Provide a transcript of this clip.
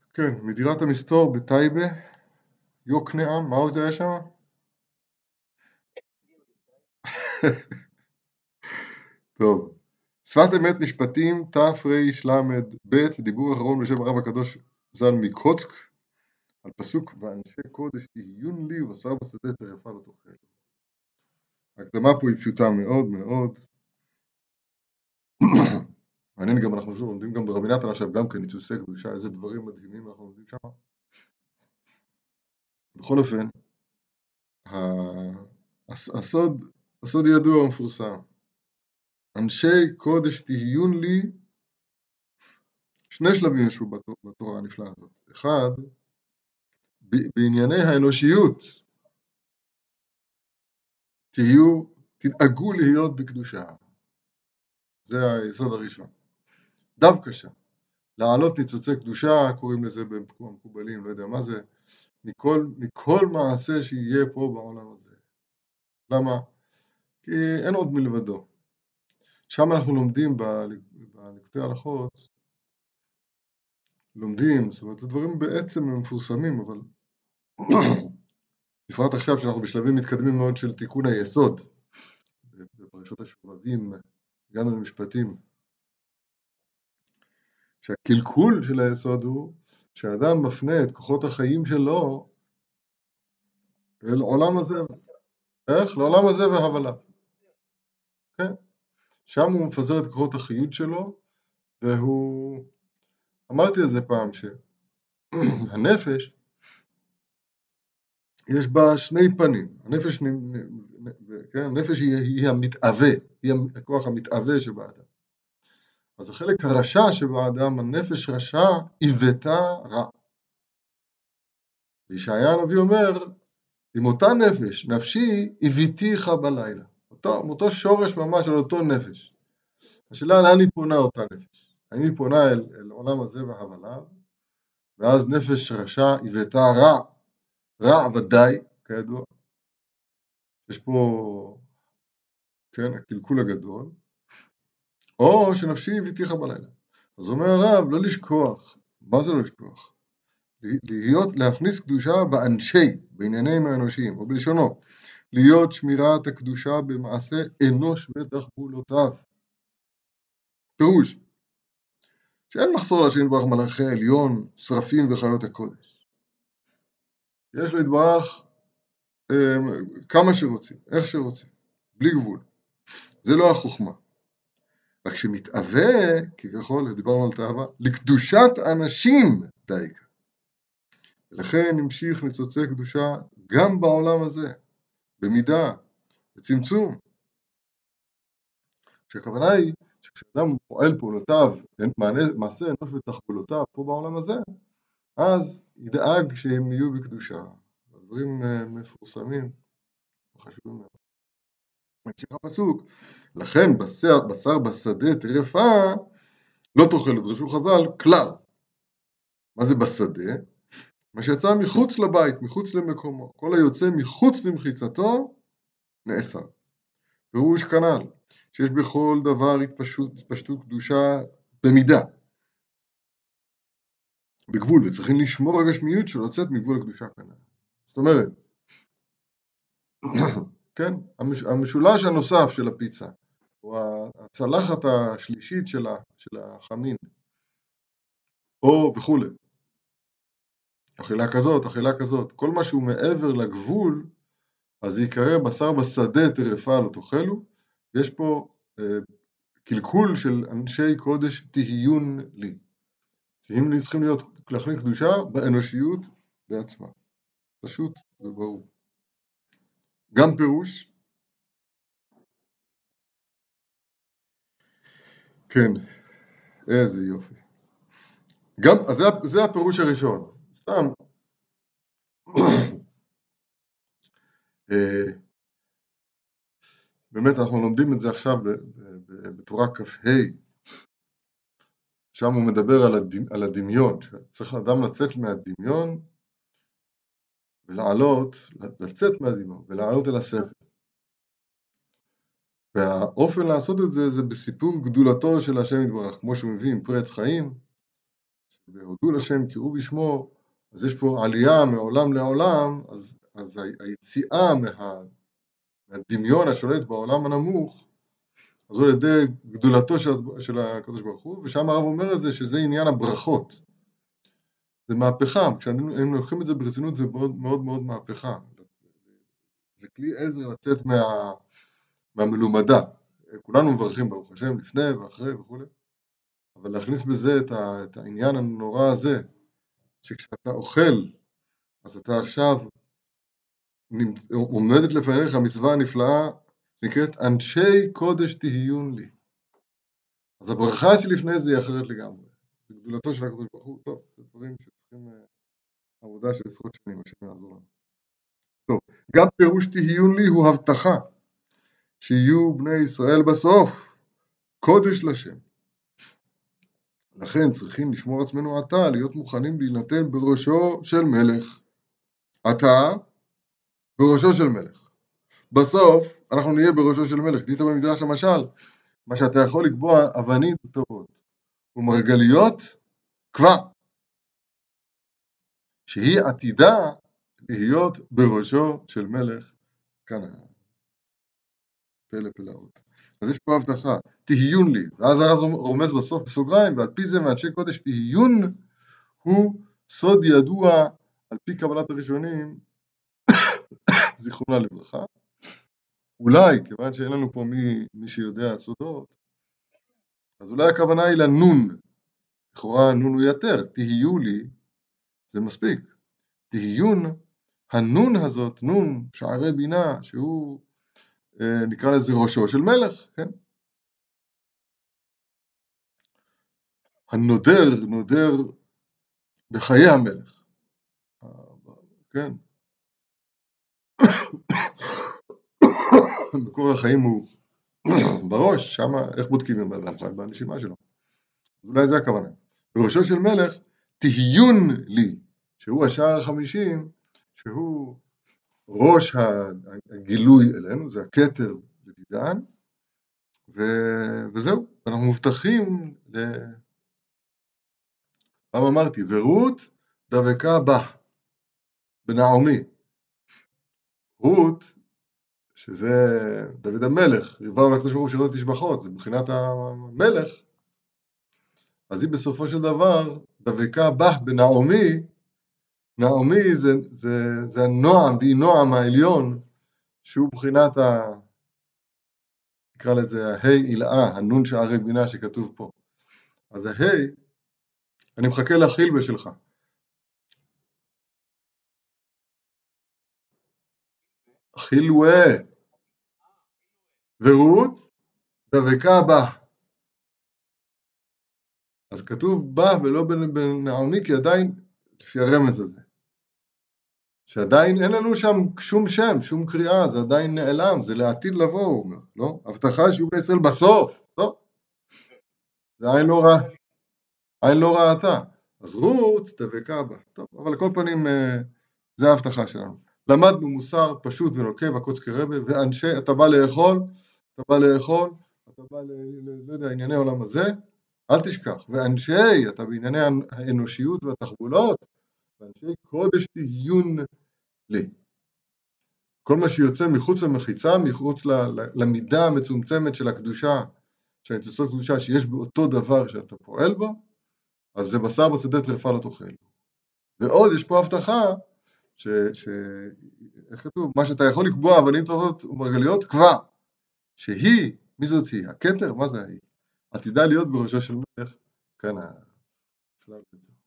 כן, מדירת המסתור בטייבה, יוקנעם, מה עוד היה שם? טוב, שפת אמת משפטים תרל"ב, דיבור אחרון בשם הרב הקדוש ז"ל מקוצק, על פסוק ואנשי קודש תהיון לי ובשר בשדה טרפה לא תאכל. ההקדמה פה היא פשוטה מאוד מאוד. מעניין גם, אנחנו לומדים גם ברבי נתן עכשיו גם כן ניצוצי קדושה, איזה דברים מדהימים אנחנו לומדים שם. בכל אופן, הסוד ידוע ומפורסם. אנשי קודש תהיון לי, שני שלבים ישבו בתורה הנפלאה הזאת. אחד, בענייני האנושיות, תדאגו להיות בקדושה. זה היסוד הראשון. דווקא שם. להעלות ניצוצי קדושה, קוראים לזה במקובלים, לא יודע מה זה, מכל מעשה שיהיה פה בעולם הזה. למה? כי אין עוד מלבדו. שם אנחנו לומדים בליקוטי ההלכות, לומדים, זאת אומרת, הדברים בעצם הם מפורסמים, אבל בפרט עכשיו שאנחנו בשלבים מתקדמים מאוד של תיקון היסוד, בפרשת השובבים, הגענו למשפטים, שהקלקול של היסוד הוא שהאדם מפנה את כוחות החיים שלו אל עולם הזה. איך? לעולם הזה והבלה. כן? שם הוא מפזר את כוחות החיות שלו, והוא, אמרתי את זה פעם, שהנפש, יש בה שני פנים. הנפש, כן? הנפש היא המתאווה, היא הכוח המתאווה שבאדם. אז החלק הרשע שבאדם, הנפש רשע, עיוותה רע. וישעיה הנביא אומר, עם אותה נפש, נפשי עיוויתיך בלילה. אותו שורש ממש על אותו נפש. השאלה לאן היא פונה אותה נפש? האם היא פונה אל עולם הזה והבלה, ואז נפש רשע עיוותה רע, רע ודאי, כידוע. יש פה, כן, הקלקול הגדול, או שנפשי עיוויתיך בלילה. אז אומר הרב, לא לשכוח. מה זה לא לשכוח? להכניס קדושה באנשי, בעניינים האנושיים, או בלשונו, להיות שמירת הקדושה במעשה אנוש ותחבולותיו. פירוש, שאין מחסור להשם יתברך מלאכי העליון, שרפים וחיות הקודש. יש להתברך כמה שרוצים, איך שרוצים, בלי גבול. זה לא החוכמה. רק שמתאווה, כביכול, דיברנו על תאווה, לקדושת אנשים דייקה. ולכן המשיך ניצוצי קדושה גם בעולם הזה, במידה, בצמצום. כשהכוונה היא שכשאדם פועל פעולותיו, מעשה אנוש ותחבולותיו פה בעולם הזה, אז ידאג שהם יהיו בקדושה. הדברים מפורסמים וחשובים מאוד. ממשיך הפסוק, לכן בשר בשדה טרפה לא תאכל, דרשו חז"ל כלל. מה זה בשדה? מה שיצא מחוץ לבית, מחוץ למקומו. כל היוצא מחוץ למחיצתו נאסר. פירוש כנ"ל, שיש בכל דבר התפשטות קדושה במידה, בגבול, וצריכים לשמור הגשמיות שלא לצאת מגבול הקדושה כנ"ל. זאת אומרת, כן, המשולש הנוסף של הפיצה, או הצלחת השלישית של החמין, או וכולי, אכילה כזאת, אכילה כזאת, כל מה שהוא מעבר לגבול, אז יקרא בשר בשדה טרפה לא תאכלו. יש פה קלקול של אנשי קודש תהיון לי. הם צריכים להכניס קדושה באנושיות בעצמה. פשוט וברור. גם פירוש, כן, איזה יופי. גם, אז זה הפירוש הראשון. סתם. באמת אנחנו לומדים את זה עכשיו בתורה כ"ה. שם הוא מדבר על הדמיון, צריך לאדם לצאת מהדמיון ולעלות, לצאת מהדמיון ולעלות אל השכל. והאופן לעשות את זה זה בסיפור גדולתו של השם יתברך, כמו שהוא מביא עם פרץ חיים, והודו לשם קראו בשמו, אז יש פה עלייה מעולם לעולם, אז היציאה מהדמיון השולט בעולם הנמוך, אז הוא על ידי גדולתו של הקדוש ברוך הוא, ושם הרב אומר את זה שזה עניין הברכות. זה מהפכה, כשהם לוקחים את זה ברצינות זה מאוד מאוד מאוד מהפכה. זה כלי עזר לצאת מהמלומדה. כולנו מברכים ברוך השם לפני ואחרי וכו', אבל להכניס בזה את העניין הנורא הזה, שכשאתה אוכל, אז אתה עכשיו עומדת לפניך מצווה נפלאה, שנקראת אנשי קודש תהיון לי. אז הברכה שלפני זה היא אחרת לגמרי. זה גדולתו של הקדוש ברוך הוא, טוב, זה דברים שצריכים עבודה של עשרות שנים, השם יעזור לנו. טוב, גם פירוש תהיון לי הוא הבטחה, שיהיו בני ישראל בסוף, קודש לשם. לכן צריכים לשמור עצמנו עתה, להיות מוכנים להינתן בראשו של מלך. עתה, בראשו של מלך. בסוף, אנחנו נהיה בראשו של מלך. דית במדרש המשל, מה שאתה יכול לקבוע אבנים טובות ומרגליות, כבר. שהיא עתידה להיות בראשו של מלך כנען. פלא פלאות. אז יש פה הבטחה, תהיון לי, ואז הרב רומז בסוף בסוגריים, ועל פי זה מאנשי קודש תהיון הוא סוד ידוע על פי קבלת הראשונים, זיכרונה לברכה. אולי, כיוון שאין לנו פה מי שיודע סודות, אז אולי הכוונה היא לנון, לכאורה נון הוא יתר, תהיו לי, זה מספיק. תהיון, הנון הזאת, נון, שערי בינה, שהוא נקרא לזה ראשו של מלך, כן? הנודר, נודר בחיי המלך, כן? מקור החיים הוא בראש, שם איך בודקים עם האדם חי? בנשימה שלו. אולי זה הכוונה. בראשו של מלך, תהיון לי, שהוא השער 50, שהוא ראש הגילוי אלינו, זה הכתר לדידן, וזהו, אנחנו מובטחים פעם אמרתי, ורות דבקה בה, בנעמי. רות, שזה דוד המלך, ריבה לקדוש ברוך הוא שלא תשבחות, זה מבחינת המלך, אז היא בסופו של דבר דבקה בה בנעמי. נעמי זה הנועם, והיא נועם העליון, שהוא מבחינת נקרא לזה ההי אילאה, הנון שערי בינה שכתוב פה. אז ההי, אני מחכה לחילבה שלך. חילווה. ורות דבקה בה. אז כתוב בה ולא בנעמי, כי עדיין, לפי הרמז הזה, שעדיין אין לנו שם שום שם, שום קריאה, זה עדיין נעלם, זה לעתיד לבוא, הוא אומר, לא? הבטחה שיהיו בני ישראל בסוף, לא? זה עין לא ראתה. אז רות דבקה בה. טוב, אבל לכל פנים, זה ההבטחה שלנו. למדנו מוסר פשוט ונוקב, עקוץ כרבה, ואנשי, אתה בא לאכול, אתה בא לא יודע, ענייני עולם הזה, אל תשכח. ואנשי, אתה בענייני האנושיות והתחבולות, ואנשי קודש תהיון לי. כל מה שיוצא מחוץ למחיצה, מחוץ למידה המצומצמת של הקדושה, של הניצוצות קדושה שיש באותו דבר שאתה פועל בו, אז זה בשר בשדה טרפה לא תאכל. ועוד יש פה הבטחה, איך כתוב? מה שאתה יכול לקבוע אבנים טובות ומרגליות כבר, שהיא, מי זאת היא? הכתר? מה זה היא? עתידה להיות בראשו של מלך כנען.